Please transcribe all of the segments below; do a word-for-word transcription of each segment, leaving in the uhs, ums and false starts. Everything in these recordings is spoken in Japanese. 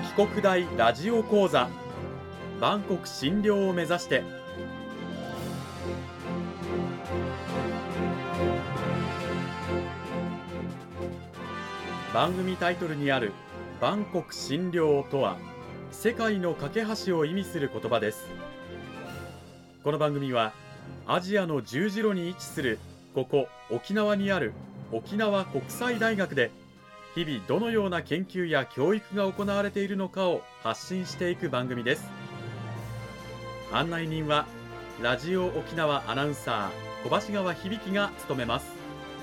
帰国大ラジオ講座、万国診療を目指して。番組タイトルにある万国診療とは、世界の架け橋を意味する言葉です。この番組はアジアの十字路に位置するここ沖縄にある沖縄国際大学で、日々どのような研究や教育が行われているのかを発信していく番組です。案内人はラジオ沖縄アナウンサー小橋川響が務めます。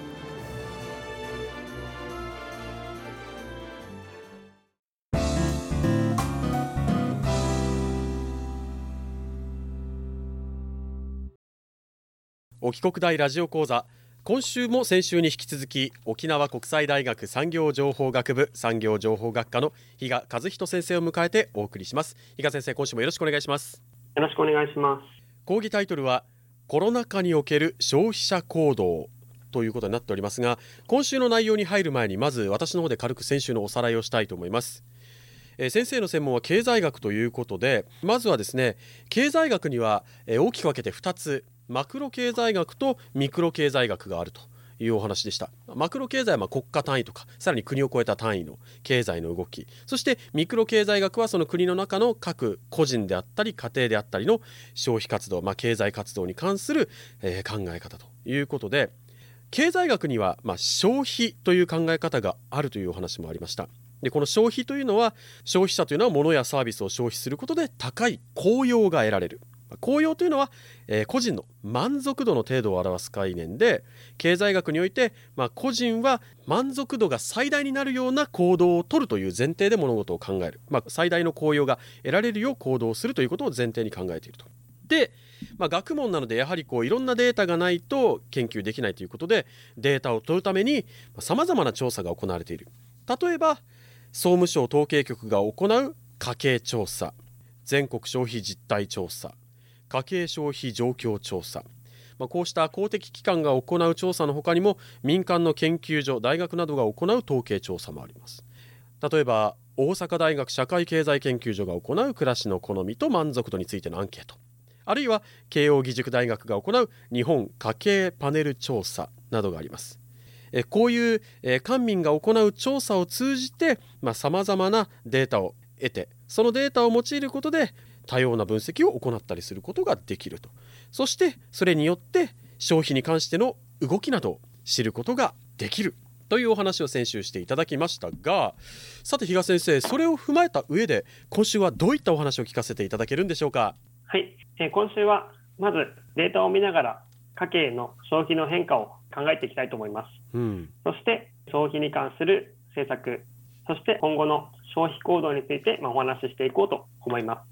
沖国大ラジオ講座、今週も先週に引き続き沖縄国際大学産業情報学部産業情報学科の比嘉和人先生を迎えてお送りします。比嘉先生、今週もよろしくお願いします。 よろしくお願いします。 講義タイトルはコロナ禍における消費者行動ということになっておりますが、今週の内容に入る前にまず私の方で軽く先週のおさらいをしたいと思います。えー、先生の専門は経済学ということで、まずはですね、経済学には、えー、大きく分けてふたつ、マクロ経済学とミクロ経済学があるというお話でした。マクロ経済はまあ国家単位とか、さらに国を超えた単位の経済の動き、そしてミクロ経済学はその国の中の各個人であったり家庭であったりの消費活動、まあ、経済活動に関する、えー、考え方ということで、経済学にはまあ消費という考え方があるというお話もありました。で、この消費というのは、消費者というのは物やサービスを消費することで高い効用が得られる。効用というのは、えー、個人の満足度の程度を表す概念で、経済学において、まあ、個人は満足度が最大になるような行動を取るという前提で物事を考える、まあ、最大の効用が得られるよう行動するということを前提に考えていると。で、まあ、学問なのでやはりこういろんなデータがないと研究できないということで、データを取るためにさまざまな調査が行われている。例えば総務省統計局が行う家計調査、全国消費実態調査、家計消費状況調査、まあ、こうした公的機関が行う調査の他にも、民間の研究所、大学などが行う統計調査もあります。例えば大阪大学社会経済研究所が行う暮らしの好みと満足度についてのアンケート、あるいは慶應義塾大学が行う日本家計パネル調査などがあります。えこういう、え官民が行う調査を通じてさまざ、まなデータを得て、そのデータを用いることで多様な分析を行ったりすることができると。そしてそれによって消費に関しての動きなどを知ることができるというお話を先週していただきましたが、さて比嘉先生、それを踏まえた上で今週はどういったお話を聞かせていただけるんでしょうか。 はい、えー、今週はまずデータを見ながら家計の消費の変化を考えていきたいと思います。うん、そして消費に関する政策、そして今後の消費行動についてお話ししていこうと思います。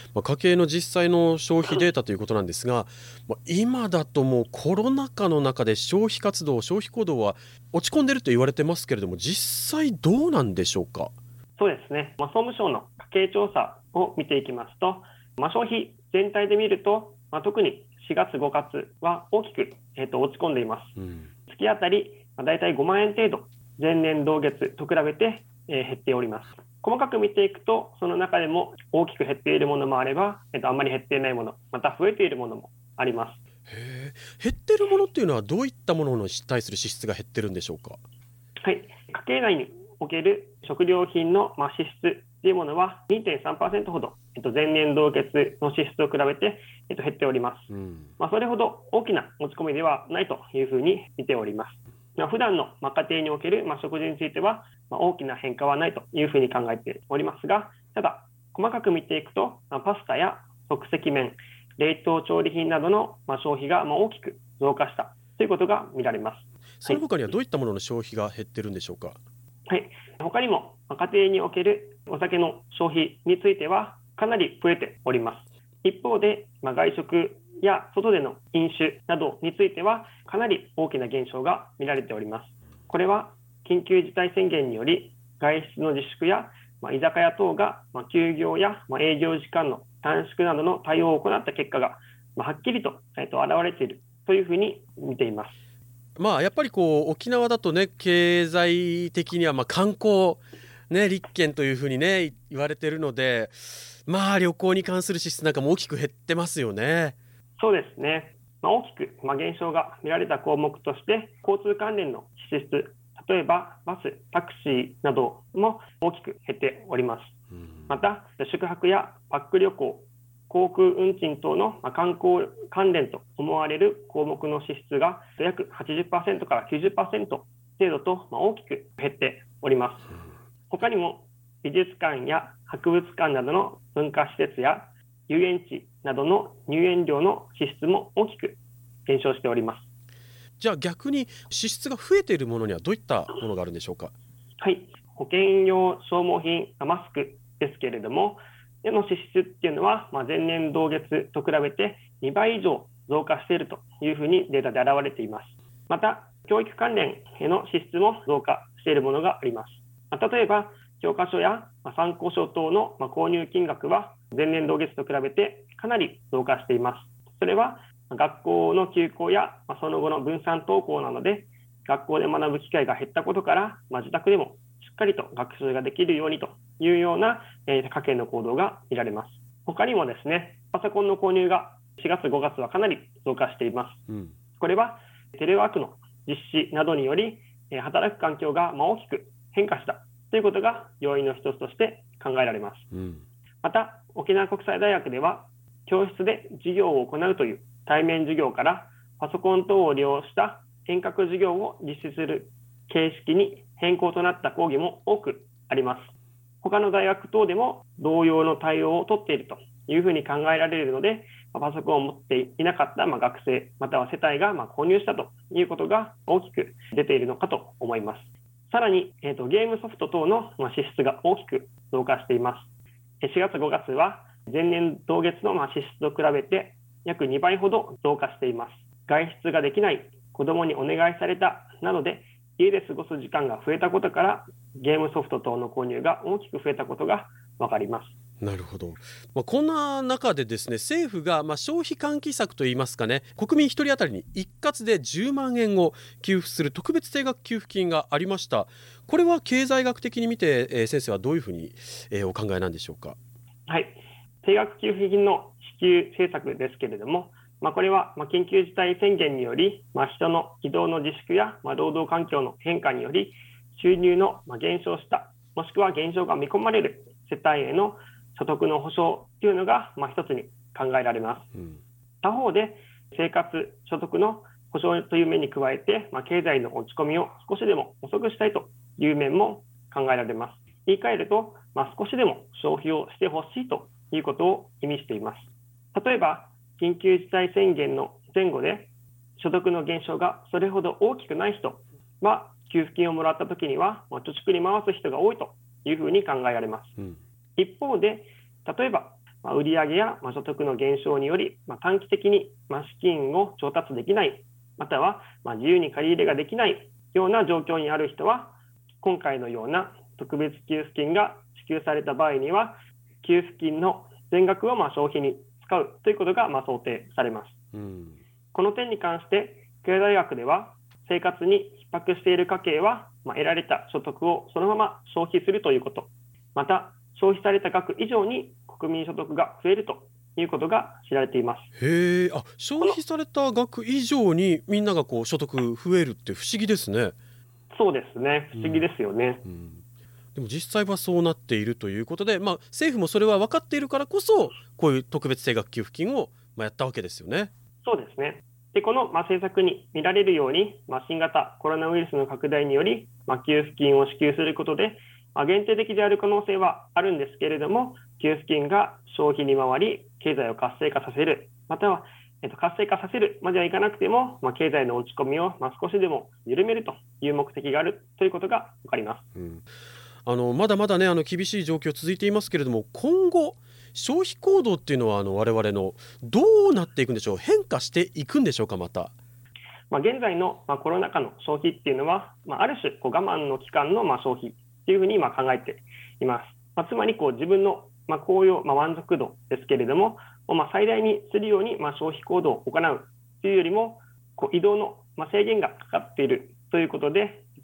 まあ、家計の実際の消費データということなんですが、まあ、今だともうコロナ禍の中で消費活動、消費行動は落ち込んでいると言われてますけれども、実際どうなんでしょうか。 そうですね、まあ、総務省の家計調査を見ていきますと、まあ、消費全体で見ると、まあ、特にしがつごがつは大きく、えー、と落ち込んでいます。うん、月当たり、まあ、だいたいごまんえん程度前年同月と比べて、えー、減っております。細かく見ていくと、その中でも大きく減っているものもあれば、えっと、あんまり減っていないもの、また増えているものもあります。 へー、減っているものっていうのはどういったものに対する支出が減ってるんでしょうか。 はい、家計内における食料品のまあ支出というものは にてんさんパーセント ほど、えっと、前年同月の支出を比べて、えっと、減っております。うんまあ、それほど大きな持ち込みではないというふうに見ております。普段の家庭における食事については大きな変化はないというふうに考えておりますが、ただ細かく見ていくとパスタや即席麺、冷凍調理品などの消費が大きく増加したということが見られます。 その他にはどういったものの消費が減ってるんでしょうか。 はい、他にも家庭におけるお酒の消費についてはかなり増えております。一方で外食や外での飲酒などについてはかなり大きな減少が見られております。これは緊急事態宣言により外出の自粛や、まあ、居酒屋等が、まあ、休業や、まあ、営業時間の短縮などの対応を行った結果が、まあ、はっきりと、えーと、現れているというふうに見ています。 まあ、やっぱりこう沖縄だとね、経済的にはまあ観光ね、立憲というふうにね言われているので、まあ旅行に関する支出なんかも大きく減ってますよね。 そうですね、まあ、大きく、まあ、減少が見られた項目として、交通関連の支出、例えばバス、タクシーなども大きく減っております。また宿泊やパック旅行、航空運賃等の観光関連と思われる項目の支出が約 はちじゅっパーセント から きゅうじゅっパーセント 程度と大きく減っております。他にも美術館や博物館などの文化施設や遊園地などの入園料の支出も大きく減少しております。 じゃあ逆に支出が増えているものにはどういったものがあるんでしょうか。 はい、保険用消耗品、マスクですけれども、の支出っていうのは、まあ、前年同月と比べてにばい以上増加しているというふうにデータで現れています。また教育関連への支出も増加しているものがあります。まあ、例えば教科書や参考書等の購入金額は前年同月と比べてかなり増加しています。それは学校の休校やその後の分散登校などで学校で学ぶ機会が減ったことから、まあ、自宅でもしっかりと学習ができるようにというような、えー、家計の行動が見られます。他にもですね、パソコンの購入がしがつごがつはかなり増加しています。うん、これはテレワークの実施などにより、えー、働く環境がまあ大きく変化したということが要因の一つとして考えられます。うん、また沖縄国際大学では教室で授業を行うという対面授業からパソコン等を利用した遠隔授業を実施する形式に変更となった講義も多くあります。他の大学等でも同様の対応を取っているというふうに考えられるので、パソコンを持っていなかった学生または世帯が購入したということが大きく出ているのかと思います。さらに、えーと、ゲームソフト等の支出が大きく増加しています。しがつごがつは前年同月の支出と比べて約にばいほど増加しています。外出ができない、子どもにお願いされたなどで家で過ごす時間が増えたことからゲームソフト等の購入が大きく増えたことが分かります。 なるほど、まあ、こんな中でですね、政府がまあ消費喚起策といいますかね、国民ひとり当たりに一括でじゅうまんえんを給付する特別定額給付金がありました。これは経済学的に見て、えー、先生はどういうふうに、えー、お考えなんでしょうか。 はい、定額給付金の支給政策ですけれども、まあ、これは緊急事態宣言により、まあ、人の移動の自粛や、まあ、労働環境の変化により収入の減少した、もしくは減少が見込まれる世帯への所得の保障というのが、まあ、一つに考えられます。うん、他方で生活所得の保障という面に加えて、まあ、経済の落ち込みを少しでも遅くしたいという面も考えられます。言い換えると、まあ、少しでも消費をしてほしいということを意味しています。例えば緊急事態宣言の前後で所得の減少がそれほど大きくない人は給付金をもらったときには、まあ、貯蓄に回す人が多いというふうに考えられます。うん、一方で例えば、まあ、売上や、まあ、所得の減少により、まあ、短期的に、まあ、資金を調達できない、または、まあ、自由に借り入れができないような状況にある人は、今回のような特別給付金が支給された場合には給付金の全額をまあ消費に使うということがまあ想定されます。うん、この点に関して経済学では生活に逼迫している家計はまあ得られた所得をそのまま消費するということ、また消費された額以上に国民所得が増えるということが知られています。 へー、あ、消費された額以上にみんながこう所得増えるって不思議ですね。 そうですね、不思議ですよね。うんうん、 でも実際はそうなっているということで、まあ、政府もそれは分かっているからこそこういう特別定額給付金をまあやったわけですよね。 そうですね。でこのまあ政策に見られるように、まあ、新型コロナウイルスの拡大により、まあ、給付金を支給することで、まあ、限定的である可能性はあるんですけれども、給付金が消費に回り経済を活性化させる、または、えっと、活性化させるまではいかなくても、まあ、経済の落ち込みをまあ少しでも緩めるという目的があるということが分かります。うん、 あのまだまだねあの厳しい状況続いていますけれども、今後消費行動っていうのはあの我々のどうなっていくんでしょう。変化していくんでしょうか。また、 まあ、現在の、まあ、コロナ禍の消費っていうのは、まあ、ある種こう我慢の期間の、まあ、消費っていうふうに今考えています。まあ、つまりこう自分の、まあ、効用、まあ、満足度ですけれども、まあ、最大にするように、まあ、消費行動を行うというよりも、こう移動の、まあ、制限がかかっているということで、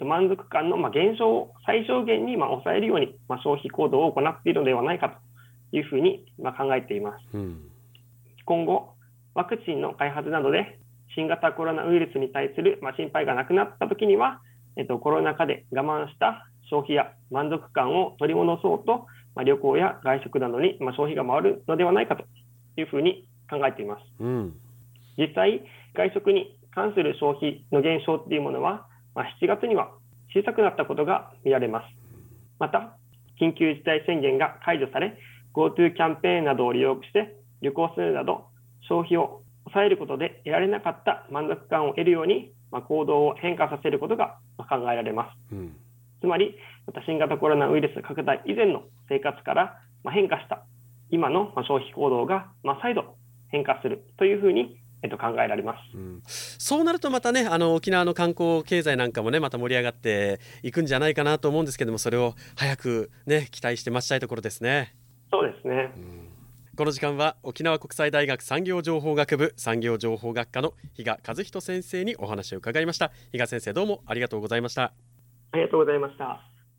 満足感のまあ減少を最小限にまあ抑えるようにまあ消費行動を行っているのではないかというふうにまあ考えています。うん、今後、ワクチンの開発などで新型コロナウイルスに対するまあ心配がなくなったときには、えっと、コロナ禍で我慢した消費や満足感を取り戻そうと、まあ、旅行や外食などにまあ消費が回るのではないかというふうに考えています。うん、実際、外食に関する消費の減少というものは、まあ、しちがつには小さくなったことが見られます。また、緊急事態宣言が解除され、GoTo キャンペーンなどを利用して旅行するなど消費を抑えることで得られなかった満足感を得るように、まあ、行動を変化させることが考えられます。うん、つまり、また新型コロナウイルス拡大以前の生活から変化した今の消費行動が再度変化するというふうにえっと、考えられます。 うん、そうなるとまたね、あの沖縄の観光経済なんかもねまた盛り上がっていくんじゃないかなと思うんですけども、それを早くね期待して待ちたいところですね。 そうですね。うん、 この時間は沖縄国際大学産業情報学部産業情報学科の比嘉和人先生にお話を伺いました。比嘉先生、どうもありがとうございました。 ありがとうございました。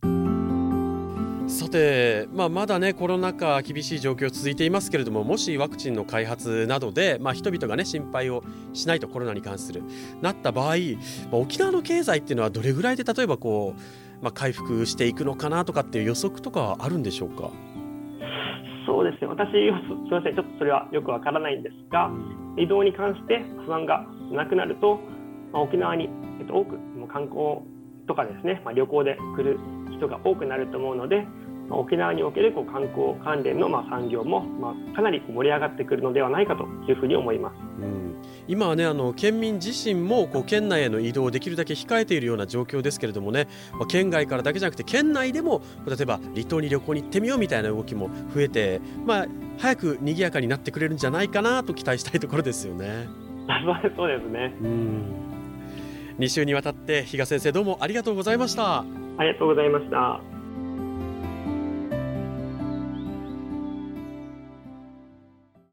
さて、まあ、まだねコロナ禍厳しい状況続いていますけれども、もしワクチンの開発などで、まあ、人々がね心配をしないとコロナに関するなった場合、まあ、沖縄の経済っていうのはどれぐらいで例えばこう、まあ、回復していくのかなとかっていう予測とかはあるんでしょうか。 そうですね、私すみません、ちょっとそれはよくわからないんですが、移動に関して不安がなくなると、まあ、沖縄に、えっと、多くもう観光とかですね、まあ、旅行で来る人が多くなると思うので、まあ、沖縄におけるこう観光関連のまあ産業もまあかなり盛り上がってくるのではないかというふうに思います。 うん、今はねあの県民自身もこう県内への移動をできるだけ控えているような状況ですけれどもね、まあ、県外からだけじゃなくて県内でも例えば離島に旅行に行ってみようみたいな動きも増えて、まあ、早く賑やかになってくれるんじゃないかなと期待したいところですよね。 そうですね。うん、 に週にわたって比嘉先生、どうもありがとうございました。 ありがとうございました。